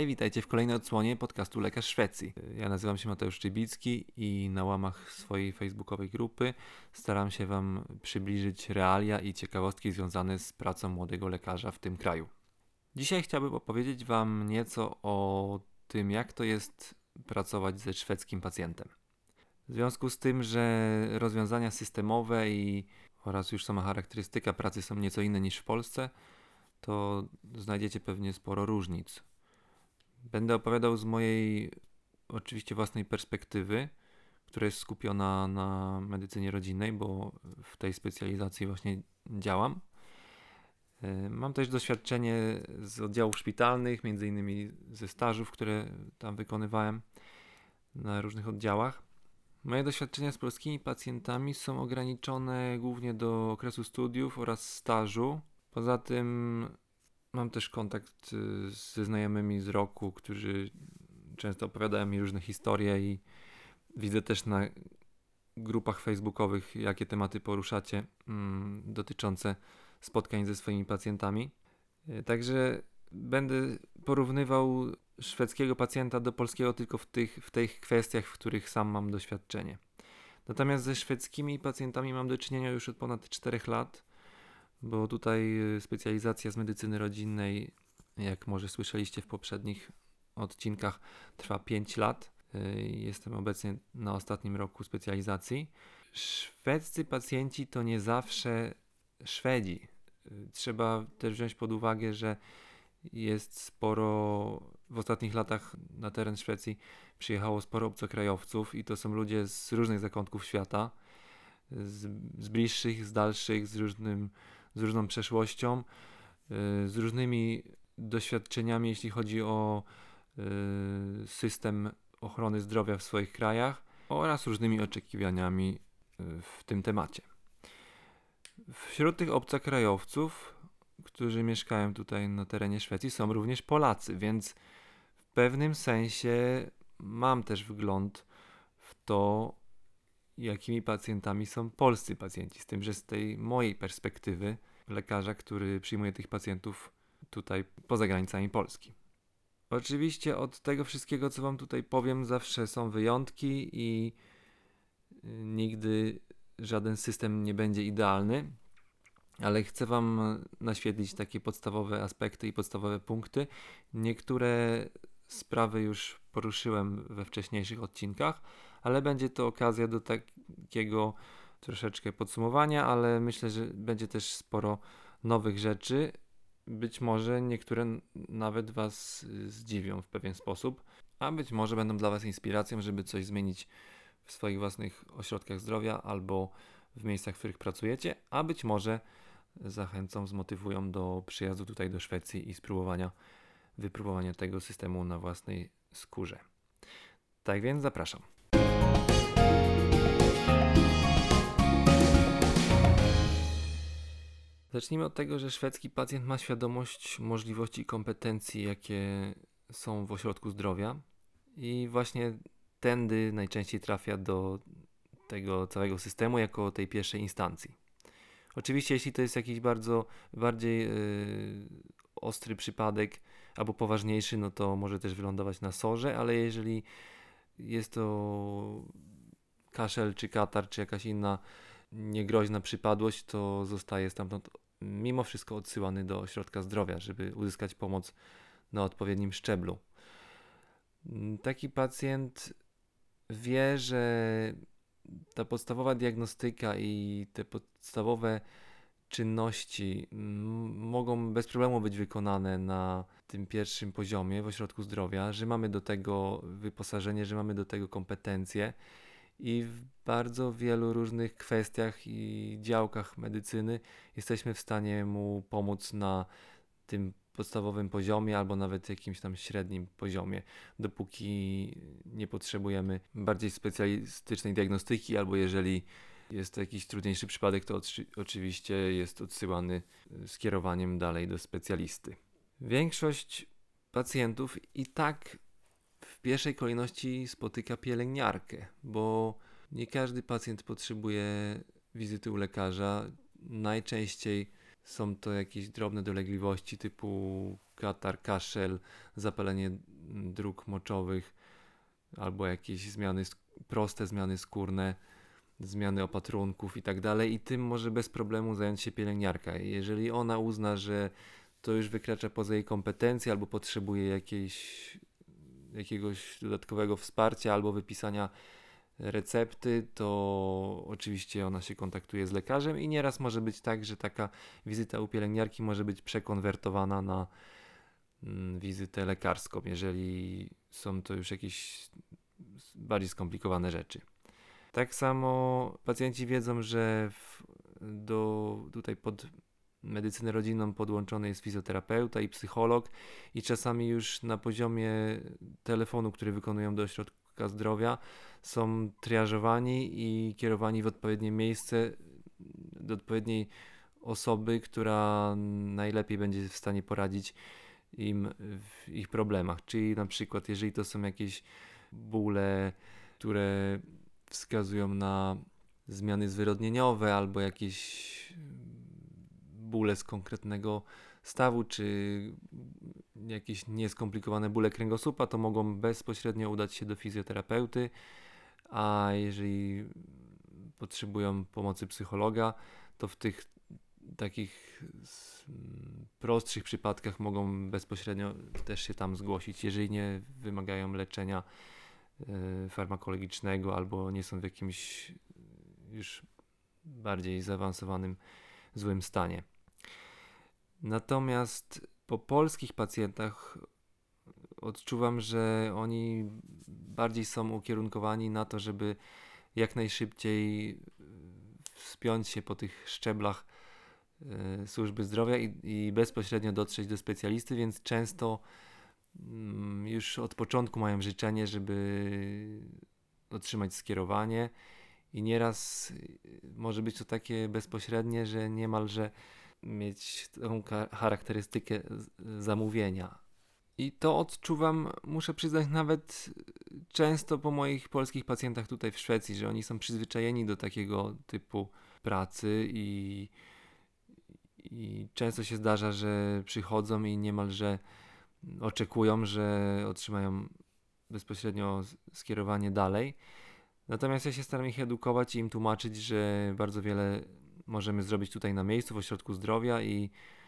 Hej, witajcie w kolejnej odsłonie podcastu Lekarz Szwecji. Ja nazywam się Mateusz Czybicki i na łamach swojej facebookowej grupy staram się Wam przybliżyć realia i ciekawostki związane z pracą młodego lekarza w tym kraju. Dzisiaj chciałbym opowiedzieć Wam nieco o tym, jak to jest pracować ze szwedzkim pacjentem. W związku z tym, że rozwiązania systemowe oraz już sama charakterystyka pracy są nieco inne niż w Polsce, to znajdziecie pewnie sporo różnic. Będę opowiadał z mojej oczywiście własnej perspektywy, która jest skupiona na medycynie rodzinnej, bo w tej specjalizacji właśnie działam. Mam też doświadczenie z oddziałów szpitalnych, między innymi ze stażów, które tam wykonywałem na różnych oddziałach. Moje doświadczenia z polskimi pacjentami są ograniczone głównie do okresu studiów oraz stażu. Poza tym mam też kontakt ze znajomymi z roku, którzy często opowiadają mi różne historie i widzę też na grupach facebookowych, jakie tematy poruszacie dotyczące spotkań ze swoimi pacjentami. Także będę porównywał szwedzkiego pacjenta do polskiego tylko w tych kwestiach, w których sam mam doświadczenie. Natomiast ze szwedzkimi pacjentami mam do czynienia już od ponad 4 lat, bo tutaj specjalizacja z medycyny rodzinnej, jak może słyszeliście w poprzednich odcinkach, trwa 5 lat. Jestem obecnie na ostatnim roku specjalizacji. Szwedzcy pacjenci to nie zawsze Szwedzi. Trzeba też wziąć pod uwagę, że jest w ostatnich latach na teren Szwecji przyjechało sporo obcokrajowców i to są ludzie z różnych zakątków świata, z bliższych, z dalszych, z różną przeszłością, z różnymi doświadczeniami, jeśli chodzi o system ochrony zdrowia w swoich krajach oraz różnymi oczekiwaniami w tym temacie. Wśród tych obcokrajowców, którzy mieszkają tutaj na terenie Szwecji, są również Polacy, więc w pewnym sensie mam też wgląd w to, jakimi pacjentami są polscy pacjenci, z tym, że z tej mojej perspektywy lekarza, który przyjmuje tych pacjentów tutaj poza granicami Polski. Oczywiście od tego wszystkiego, co Wam tutaj powiem, zawsze są wyjątki i nigdy żaden system nie będzie idealny, ale chcę Wam naświetlić takie podstawowe aspekty i podstawowe punkty. Niektóre sprawy już poruszyłem we wcześniejszych odcinkach, ale będzie to okazja do takiego troszeczkę podsumowania, ale myślę, że będzie też sporo nowych rzeczy. Być może niektóre nawet Was zdziwią w pewien sposób, a być może będą dla Was inspiracją, żeby coś zmienić w swoich własnych ośrodkach zdrowia albo w miejscach, w których pracujecie, a być może zachęcą, zmotywują do przyjazdu tutaj do Szwecji i wypróbowania tego systemu na własnej skórze. Tak więc zapraszam. Zacznijmy od tego, że szwedzki pacjent ma świadomość możliwości i kompetencji, jakie są w ośrodku zdrowia i właśnie tędy najczęściej trafia do tego całego systemu jako tej pierwszej instancji. Oczywiście jeśli to jest jakiś bardziej ostry przypadek albo poważniejszy, no to może też wylądować na SOR-ze, ale jeżeli jest to kaszel czy katar czy jakaś inna niegroźna przypadłość, to zostaje stamtąd mimo wszystko odsyłany do ośrodka zdrowia, żeby uzyskać pomoc na odpowiednim szczeblu. Taki pacjent wie, że ta podstawowa diagnostyka i te podstawowe czynności mogą bez problemu być wykonane na tym pierwszym poziomie w ośrodku zdrowia, że mamy do tego wyposażenie, że mamy do tego kompetencje i w bardzo wielu różnych kwestiach i działkach medycyny jesteśmy w stanie mu pomóc na tym podstawowym poziomie albo nawet jakimś tam średnim poziomie, dopóki nie potrzebujemy bardziej specjalistycznej diagnostyki albo jeżeli jest to jakiś trudniejszy przypadek, to oczywiście jest odsyłany skierowaniem dalej do specjalisty. Większość pacjentów i tak w pierwszej kolejności spotyka pielęgniarkę, bo nie każdy pacjent potrzebuje wizyty u lekarza. Najczęściej są to jakieś drobne dolegliwości typu katar, kaszel, zapalenie dróg moczowych albo jakieś proste zmiany skórne, zmiany opatrunków i tak dalej, i tym może bez problemu zająć się pielęgniarka. Jeżeli ona uzna, że to już wykracza poza jej kompetencje albo potrzebuje jakiegoś dodatkowego wsparcia albo wypisania recepty, to oczywiście ona się kontaktuje z lekarzem i nieraz może być tak, że taka wizyta u pielęgniarki może być przekonwertowana na wizytę lekarską, jeżeli są to już jakieś bardziej skomplikowane rzeczy. Tak samo pacjenci wiedzą, że tutaj pod medycynę rodzinną podłączony jest fizjoterapeuta i psycholog, i czasami już na poziomie telefonu, który wykonują do ośrodka zdrowia, są triażowani i kierowani w odpowiednie miejsce do odpowiedniej osoby, która najlepiej będzie w stanie poradzić im w ich problemach. Czyli na przykład jeżeli to są jakieś bóle, które wskazują na zmiany zwyrodnieniowe albo jakieś bóle z konkretnego stawu, czy jakieś nieskomplikowane bóle kręgosłupa, to mogą bezpośrednio udać się do fizjoterapeuty, a jeżeli potrzebują pomocy psychologa, to w tych takich prostszych przypadkach mogą bezpośrednio też się tam zgłosić, jeżeli nie wymagają leczenia farmakologicznego albo nie są w jakimś już bardziej zaawansowanym złym stanie. Natomiast po polskich pacjentach odczuwam, że oni bardziej są ukierunkowani na to, żeby jak najszybciej wspiąć się po tych szczeblach służby zdrowia i bezpośrednio dotrzeć do specjalisty, więc często już od początku mają życzenie, żeby otrzymać skierowanie, i nieraz może być to takie bezpośrednie, że niemalże mieć tą charakterystykę zamówienia. I to odczuwam, muszę przyznać, nawet często po moich polskich pacjentach tutaj w Szwecji, że oni są przyzwyczajeni do takiego typu pracy i często się zdarza, że przychodzą i niemalże oczekują, że otrzymają bezpośrednio skierowanie dalej. Natomiast ja się staram ich edukować i im tłumaczyć, że bardzo wiele możemy zrobić tutaj na miejscu, w ośrodku zdrowia, i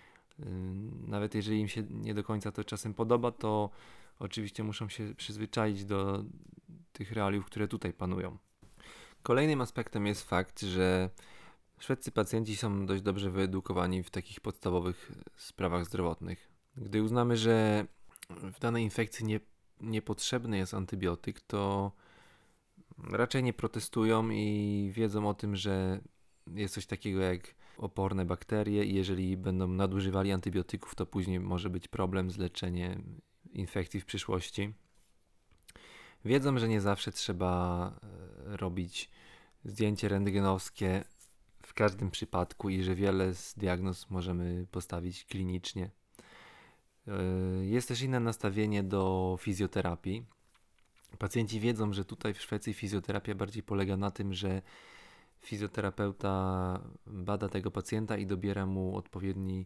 nawet jeżeli im się nie do końca to czasem podoba, to oczywiście muszą się przyzwyczaić do tych realiów, które tutaj panują. Kolejnym aspektem jest fakt, że szwedzcy pacjenci są dość dobrze wyedukowani w takich podstawowych sprawach zdrowotnych. Gdy uznamy, że w danej infekcji niepotrzebny jest antybiotyk, to raczej nie protestują i wiedzą o tym, że jest coś takiego jak oporne bakterie i jeżeli będą nadużywali antybiotyków, to później może być problem z leczeniem infekcji w przyszłości. Wiedzą, że nie zawsze trzeba robić zdjęcie rentgenowskie w każdym przypadku i że wiele z diagnoz możemy postawić klinicznie. Jest też inne nastawienie do fizjoterapii. Pacjenci wiedzą, że tutaj w Szwecji fizjoterapia bardziej polega na tym, że fizjoterapeuta bada tego pacjenta i dobiera mu odpowiedni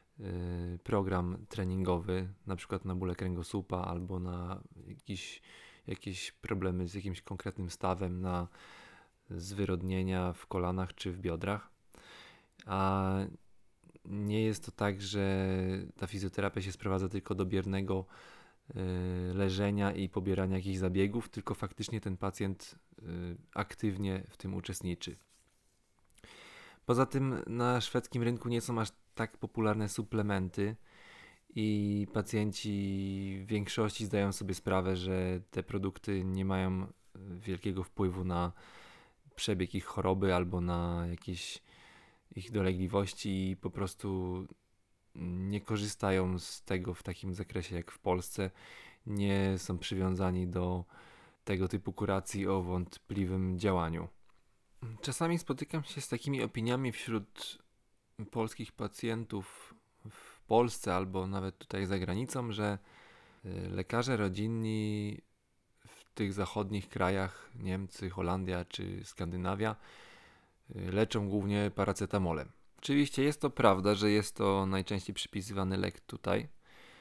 program treningowy, na przykład na bóle kręgosłupa albo na jakieś problemy z jakimś konkretnym stawem, na zwyrodnienia w kolanach czy w biodrach. A nie jest to tak, że ta fizjoterapia się sprowadza tylko do biernego leżenia i pobierania jakichś zabiegów, tylko faktycznie ten pacjent aktywnie w tym uczestniczy. Poza tym na szwedzkim rynku nie są aż tak popularne suplementy i pacjenci w większości zdają sobie sprawę, że te produkty nie mają wielkiego wpływu na przebieg ich choroby albo na jakieś ich dolegliwości i po prostu nie korzystają z tego w takim zakresie jak w Polsce. Nie są przywiązani do tego typu kuracji o wątpliwym działaniu. Czasami spotykam się z takimi opiniami wśród polskich pacjentów w Polsce albo nawet tutaj za granicą, że lekarze rodzinni w tych zachodnich krajach, Niemcy, Holandia czy Skandynawia, leczą głównie paracetamolem. Oczywiście jest to prawda, że jest to najczęściej przypisywany lek tutaj,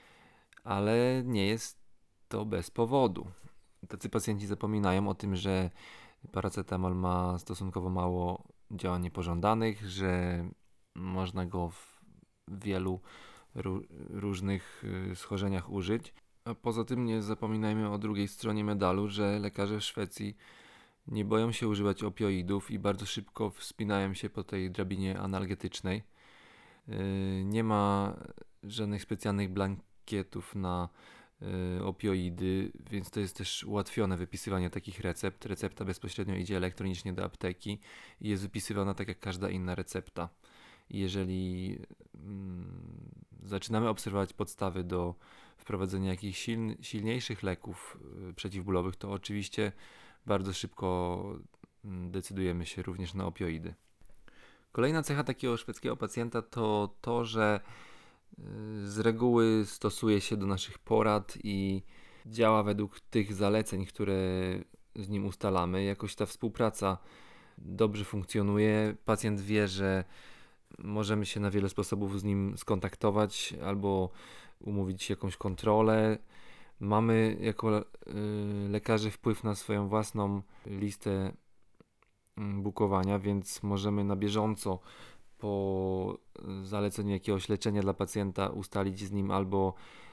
ale nie jest to bez powodu. Tacy pacjenci zapominają o tym, że paracetamol ma stosunkowo mało działań niepożądanych, że można go w wielu różnych schorzeniach użyć. A poza tym nie zapominajmy o drugiej stronie medalu, że lekarze w Szwecji nie boją się używać opioidów i bardzo szybko wspinają się po tej drabinie analgetycznej. Nie ma żadnych specjalnych blankietów na opioidy, więc to jest też ułatwione wypisywanie takich recept. Recepta bezpośrednio idzie elektronicznie do apteki i jest wypisywana tak jak każda inna recepta. I jeżeli zaczynamy obserwować podstawy do wprowadzenia jakichś silniejszych leków przeciwbólowych, to oczywiście bardzo szybko decydujemy się również na opioidy. Kolejna cecha takiego szwedzkiego pacjenta to to, że z reguły stosuje się do naszych porad i działa według tych zaleceń, które z nim ustalamy. Jakoś ta współpraca dobrze funkcjonuje. Pacjent wie, że możemy się na wiele sposobów z nim skontaktować albo umówić jakąś kontrolę. Mamy jako lekarze wpływ na swoją własną listę bukowania, więc możemy na bieżąco po zaleceniu jakiegoś leczenia dla pacjenta ustalić z nim albo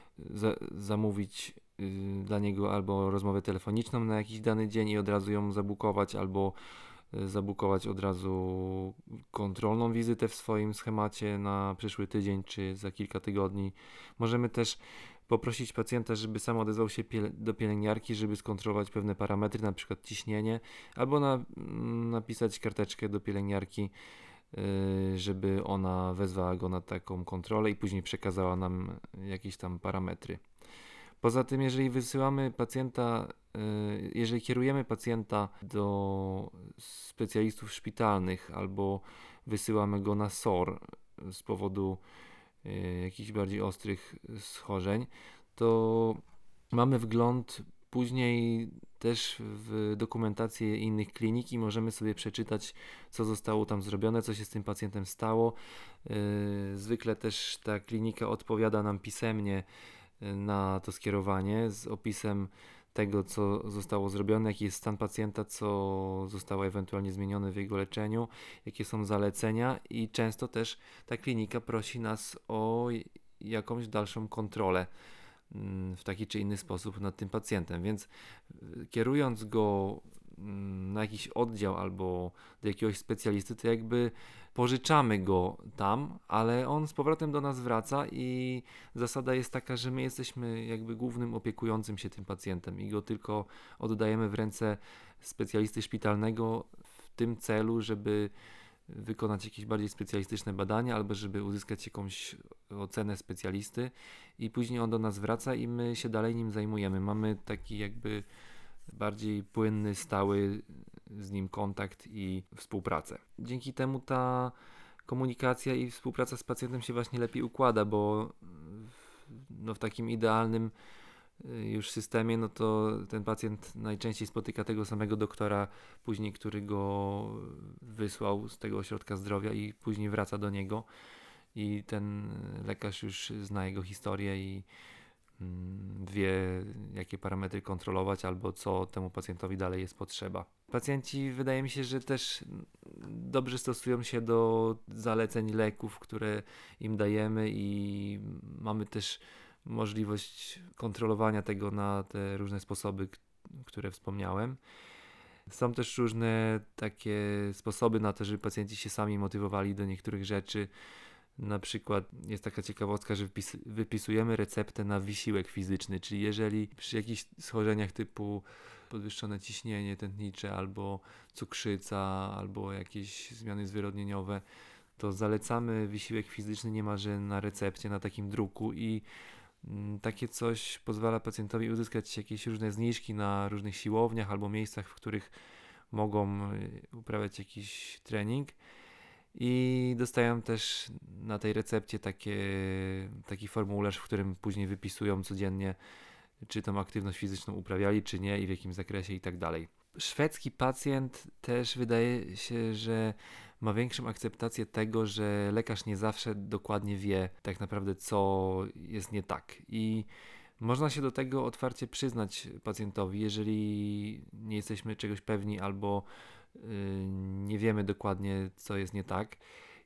zamówić dla niego albo rozmowę telefoniczną na jakiś dany dzień i od razu ją zabukować, albo zabukować od razu kontrolną wizytę w swoim schemacie na przyszły tydzień czy za kilka tygodni. Możemy też poprosić pacjenta, żeby sam odezwał się do pielęgniarki, żeby skontrolować pewne parametry, na przykład ciśnienie, albo napisać karteczkę do pielęgniarki, żeby ona wezwała go na taką kontrolę i później przekazała nam jakieś tam parametry. Poza tym, jeżeli wysyłamy pacjenta, jeżeli kierujemy pacjenta do specjalistów szpitalnych albo wysyłamy go na SOR z powodu jakichś bardziej ostrych schorzeń, to mamy wgląd później też w dokumentację innych klinik i możemy sobie przeczytać, co zostało tam zrobione, co się z tym pacjentem stało. Zwykle też ta klinika odpowiada nam pisemnie na to skierowanie z opisem tego, co zostało zrobione, jaki jest stan pacjenta, co zostało ewentualnie zmienione w jego leczeniu, jakie są zalecenia i często też ta klinika prosi nas o jakąś dalszą kontrolę w taki czy inny sposób nad tym pacjentem, więc kierując go na jakiś oddział albo do jakiegoś specjalisty, to jakby pożyczamy go tam, ale on z powrotem do nas wraca i zasada jest taka, że my jesteśmy jakby głównym opiekującym się tym pacjentem i go tylko oddajemy w ręce specjalisty szpitalnego w tym celu, żeby wykonać jakieś bardziej specjalistyczne badania albo żeby uzyskać jakąś ocenę specjalisty i później on do nas wraca i my się dalej nim zajmujemy. Mamy taki jakby bardziej płynny, stały z nim kontakt i współpracę. Dzięki temu ta komunikacja i współpraca z pacjentem się właśnie lepiej układa, bo w takim idealnym już systemie, no to ten pacjent najczęściej spotyka tego samego doktora później, który go wysłał z tego ośrodka zdrowia i później wraca do niego i ten lekarz już zna jego historię i wie, jakie parametry kontrolować albo co temu pacjentowi dalej jest potrzeba. Pacjenci, wydaje mi się, że też dobrze stosują się do zaleceń leków, które im dajemy i mamy też możliwość kontrolowania tego na te różne sposoby, które wspomniałem. Są też różne takie sposoby na to, żeby pacjenci się sami motywowali do niektórych rzeczy. Na przykład jest taka ciekawostka, że wypisujemy receptę na wysiłek fizyczny, czyli jeżeli przy jakichś schorzeniach typu podwyższone ciśnienie tętnicze albo cukrzyca, albo jakieś zmiany zwyrodnieniowe, to zalecamy wysiłek fizyczny niemalże na recepcie, na takim druku i takie coś pozwala pacjentowi uzyskać jakieś różne zniżki na różnych siłowniach albo miejscach, w których mogą uprawiać jakiś trening. I dostają też na tej recepcie taki formularz, w którym później wypisują codziennie, czy tą aktywność fizyczną uprawiali, czy nie i w jakim zakresie i tak dalej. Szwedzki pacjent też wydaje się, że ma większą akceptację tego, że lekarz nie zawsze dokładnie wie tak naprawdę, co jest nie tak. I można się do tego otwarcie przyznać pacjentowi, jeżeli nie jesteśmy czegoś pewni albo nie wiemy dokładnie, co jest nie tak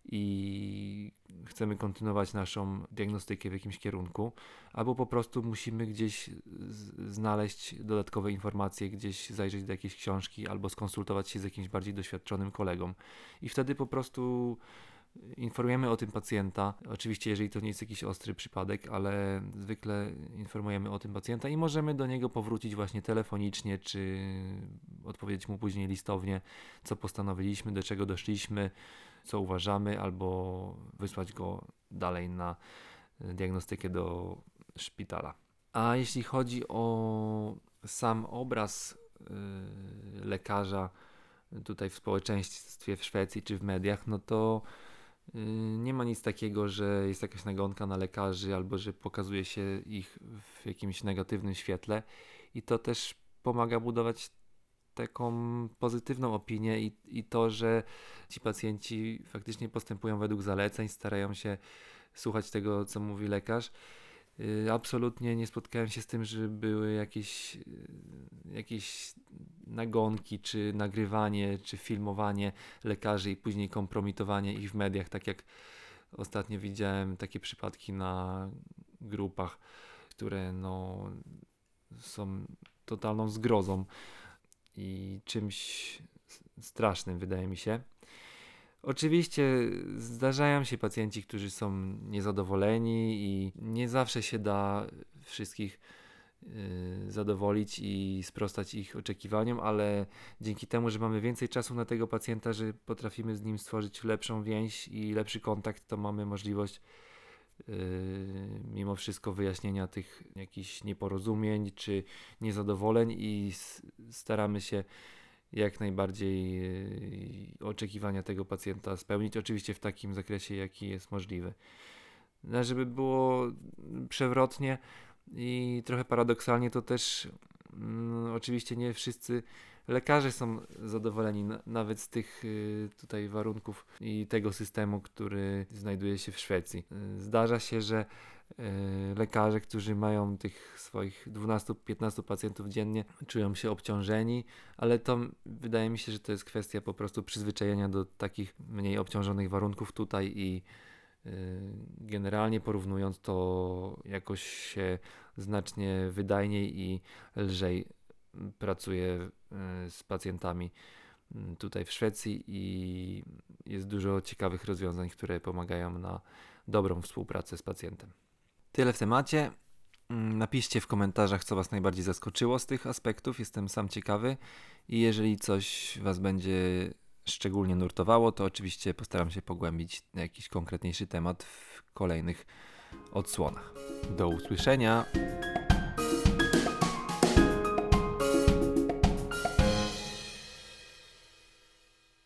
i chcemy kontynuować naszą diagnostykę w jakimś kierunku, albo po prostu musimy gdzieś znaleźć dodatkowe informacje, gdzieś zajrzeć do jakiejś książki albo skonsultować się z jakimś bardziej doświadczonym kolegą. I wtedy po prostu informujemy o tym pacjenta. Oczywiście, jeżeli to nie jest jakiś ostry przypadek, ale zwykle informujemy o tym pacjenta i możemy do niego powrócić właśnie telefonicznie, czy odpowiedzieć mu później listownie, co postanowiliśmy, do czego doszliśmy, co uważamy, albo wysłać go dalej na diagnostykę do szpitala. A jeśli chodzi o sam obraz lekarza tutaj w społeczeństwie w Szwecji czy w mediach, no to nie ma nic takiego, że jest jakaś nagonka na lekarzy albo że pokazuje się ich w jakimś negatywnym świetle i to też pomaga budować taką pozytywną opinię i to, że ci pacjenci faktycznie postępują według zaleceń, starają się słuchać tego, co mówi lekarz. Absolutnie nie spotkałem się z tym, że były jakieś nagonki, czy nagrywanie, czy filmowanie lekarzy i później kompromitowanie ich w mediach, tak jak ostatnio widziałem takie przypadki na grupach, które są totalną zgrozą i czymś strasznym, wydaje mi się. Oczywiście zdarzają się pacjenci, którzy są niezadowoleni i nie zawsze się da wszystkich zadowolić i sprostać ich oczekiwaniom, ale dzięki temu, że mamy więcej czasu na tego pacjenta, że potrafimy z nim stworzyć lepszą więź i lepszy kontakt, to mamy możliwość mimo wszystko wyjaśnienia tych jakichś nieporozumień czy niezadowoleń i staramy się jak najbardziej oczekiwania tego pacjenta spełnić, oczywiście w takim zakresie, jaki jest możliwy. No, żeby było przewrotnie i trochę paradoksalnie, to też oczywiście nie wszyscy lekarze są zadowoleni nawet z tych tutaj warunków i tego systemu, który znajduje się w Szwecji. Zdarza się, że lekarze, którzy mają tych swoich 12-15 pacjentów dziennie, czują się obciążeni, ale to wydaje mi się, że to jest kwestia po prostu przyzwyczajenia do takich mniej obciążonych warunków tutaj i generalnie porównując to jakoś się znacznie wydajniej i lżej pracuje z pacjentami tutaj w Szwecji i jest dużo ciekawych rozwiązań, które pomagają na dobrą współpracę z pacjentem. Tyle w temacie. Napiszcie w komentarzach, co Was najbardziej zaskoczyło z tych aspektów. Jestem sam ciekawy i jeżeli coś Was będzie szczególnie nurtowało, to oczywiście postaram się pogłębić jakiś konkretniejszy temat w kolejnych odsłonach. Do usłyszenia!